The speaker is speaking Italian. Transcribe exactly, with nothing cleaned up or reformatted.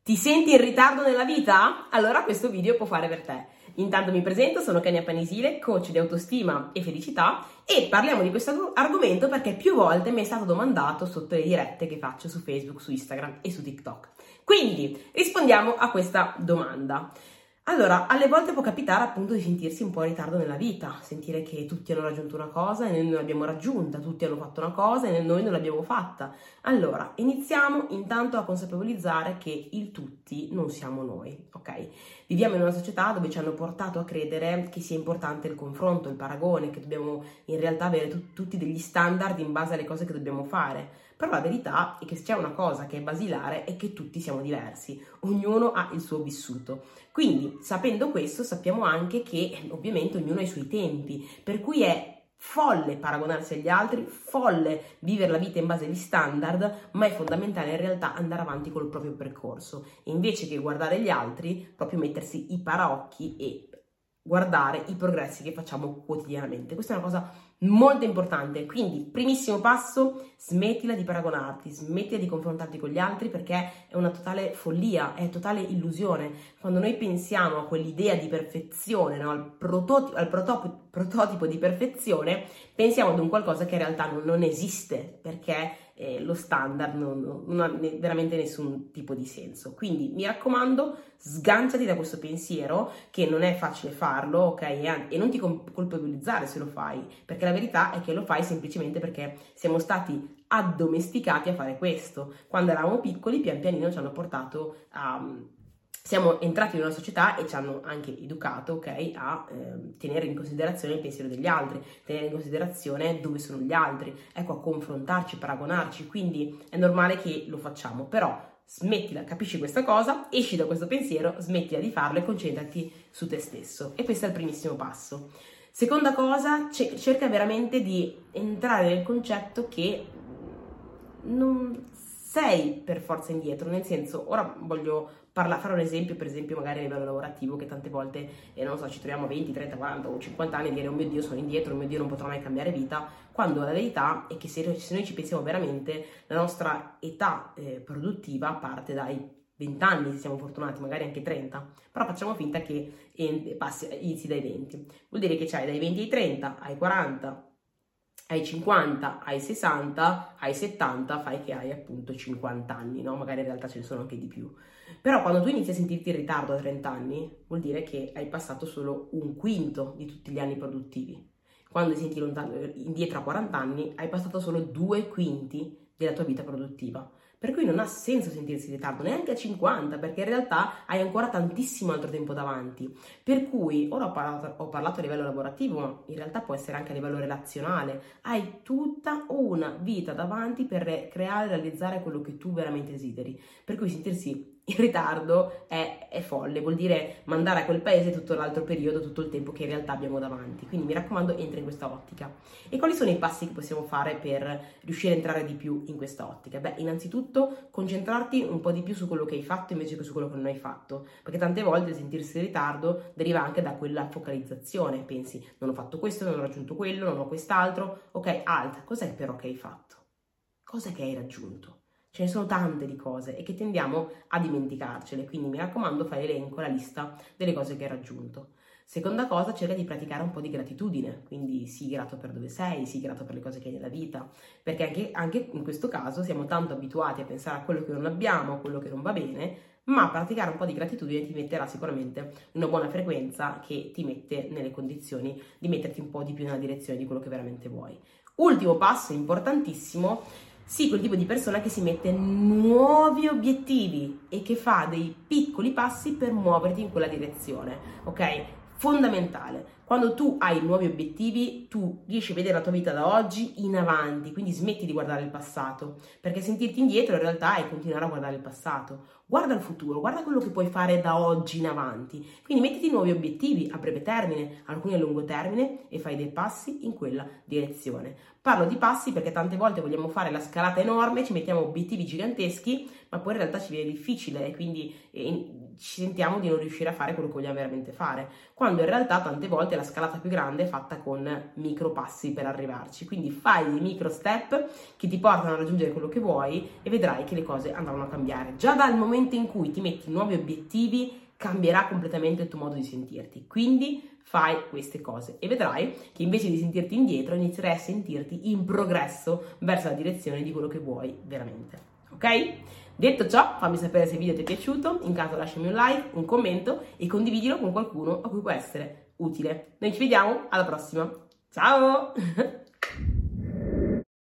Ti senti in ritardo nella vita? Allora questo video può fare per te. Intanto mi presento, sono Kenia Panisile, coach di autostima e felicità e parliamo di questo argomento perché più volte mi è stato domandato sotto le dirette che faccio su Facebook, su Instagram e su TikTok. Quindi rispondiamo a questa domanda. Allora, alle volte può capitare appunto di sentirsi un po' in ritardo nella vita, sentire che tutti hanno raggiunto una cosa e noi non l'abbiamo raggiunta, tutti hanno fatto una cosa e noi non l'abbiamo fatta. Allora, iniziamo intanto a consapevolizzare che il tutti non siamo noi, ok? Viviamo in una società dove ci hanno portato a credere che sia importante il confronto, il paragone, che dobbiamo in realtà avere tu- tutti degli standard in base alle cose che dobbiamo fare. Però la verità è che c'è una cosa che è basilare è che tutti siamo diversi, ognuno ha il suo vissuto. Quindi, sapendo questo, sappiamo anche che ovviamente ognuno ha i suoi tempi, per cui è folle paragonarsi agli altri, folle vivere la vita in base agli standard, ma è fondamentale in realtà andare avanti col proprio percorso. E invece che guardare gli altri, proprio mettersi i paraocchi e guardare i progressi che facciamo quotidianamente. Questa è una cosa molto importante, quindi primissimo passo, smettila di paragonarti, smettila di confrontarti con gli altri perché è una totale follia, è totale illusione. Quando noi pensiamo a quell'idea di perfezione, no? al, prototipo, al prototipo, prototipo di perfezione, pensiamo ad un qualcosa che in realtà non, non esiste perché eh, lo standard non, non ha ne, veramente nessun tipo di senso. Quindi mi raccomando, sganciati da questo pensiero che non è facile farlo, ok? E, e non ti colpevolizzare se lo fai, perché la verità è che lo fai semplicemente perché siamo stati addomesticati a fare questo. Quando eravamo piccoli, pian pianino ci hanno portato a... Siamo entrati in una società e ci hanno anche educato, ok, a eh, tenere in considerazione il pensiero degli altri, tenere in considerazione dove sono gli altri, ecco, a confrontarci, paragonarci, quindi è normale che lo facciamo, però smettila, capisci questa cosa, esci da questo pensiero, smettila di farlo e concentrati su te stesso. E questo è il primissimo passo. Seconda cosa, cerca veramente di entrare nel concetto che non sei per forza indietro, nel senso, ora voglio parla, fare un esempio, per esempio magari a livello lavorativo, che tante volte, eh, non so, ci troviamo a venti, trenta, quaranta o cinquanta anni e dire oh mio Dio sono indietro, oh mio Dio non potrò mai cambiare vita, quando la verità è che se, se noi ci pensiamo veramente, la nostra età eh, produttiva parte dai venti anni, se siamo fortunati, magari anche trenta, però facciamo finta che eh, passi, inizi dai venti, vuol dire che c'hai dai venti ai trenta, ai quaranta, ai cinquanta, ai sessanta, ai settanta, fai che hai appunto cinquanta anni, no? Magari in realtà ce ne sono anche di più. Però quando tu inizi a sentirti in ritardo a trenta anni, vuol dire che hai passato solo un quinto di tutti gli anni produttivi. Quando ti senti lontano, indietro a quaranta anni, hai passato solo due quinti della tua vita produttiva. Per cui non ha senso sentirsi in ritardo, neanche a cinquanta, perché in realtà hai ancora tantissimo altro tempo davanti. Per cui, ora ho parlato, ho parlato a livello lavorativo, ma in realtà può essere anche a livello relazionale. Hai tutta una vita davanti per creare e realizzare quello che tu veramente desideri. Per cui sentirsi in ritardo è, è folle, vuol dire mandare a quel paese tutto l'altro periodo, tutto il tempo che in realtà abbiamo davanti. Quindi mi raccomando, entra in questa ottica. E quali sono i passi che possiamo fare per riuscire a entrare di più in questa ottica? Beh, innanzitutto concentrarti un po' di più su quello che hai fatto invece che su quello che non hai fatto, perché tante volte sentirsi in ritardo deriva anche da quella focalizzazione, pensi non ho fatto questo, non ho raggiunto quello, non ho quest'altro, ok, alt, cos'è però che hai fatto? Cos'è che hai raggiunto? Ce ne sono tante di cose e che tendiamo a dimenticarcele, quindi mi raccomando fai elenco, la lista delle cose che hai raggiunto. Seconda cosa, cerca di praticare un po' di gratitudine, quindi sii grato per dove sei, sii grato per le cose che hai nella vita, perché anche, anche in questo caso siamo tanto abituati a pensare a quello che non abbiamo, a quello che non va bene, ma praticare un po' di gratitudine ti metterà sicuramente una buona frequenza che ti mette nelle condizioni di metterti un po' di più nella direzione di quello che veramente vuoi. Ultimo passo importantissimo, sii quel tipo di persona che si mette nuovi obiettivi e che fa dei piccoli passi per muoverti in quella direzione, ok? Fondamentale. Quando tu hai nuovi obiettivi, tu riesci a vedere la tua vita da oggi in avanti, quindi smetti di guardare il passato, perché sentirti indietro in realtà è continuare a guardare il passato. Guarda il futuro, guarda quello che puoi fare da oggi in avanti. Quindi mettiti nuovi obiettivi a breve termine, alcuni a lungo termine e fai dei passi in quella direzione. Parlo di passi perché tante volte vogliamo fare la scalata enorme, ci mettiamo obiettivi giganteschi, ma poi in realtà ci viene difficile e quindi eh, ci sentiamo di non riuscire a fare quello che vogliamo veramente fare, quando in realtà tante volte la scalata più grande è fatta con micro passi per arrivarci, quindi fai dei micro step che ti portano a raggiungere quello che vuoi e vedrai che le cose andranno a cambiare. Già dal momento in cui ti metti nuovi obiettivi cambierà completamente il tuo modo di sentirti, quindi fai queste cose e vedrai che invece di sentirti indietro inizierai a sentirti in progresso verso la direzione di quello che vuoi veramente, ok? Detto ciò, fammi sapere se il video ti è piaciuto, in caso lasciami un like, un commento e condividilo con qualcuno a cui può essere utile. Noi ci vediamo alla prossima, ciao!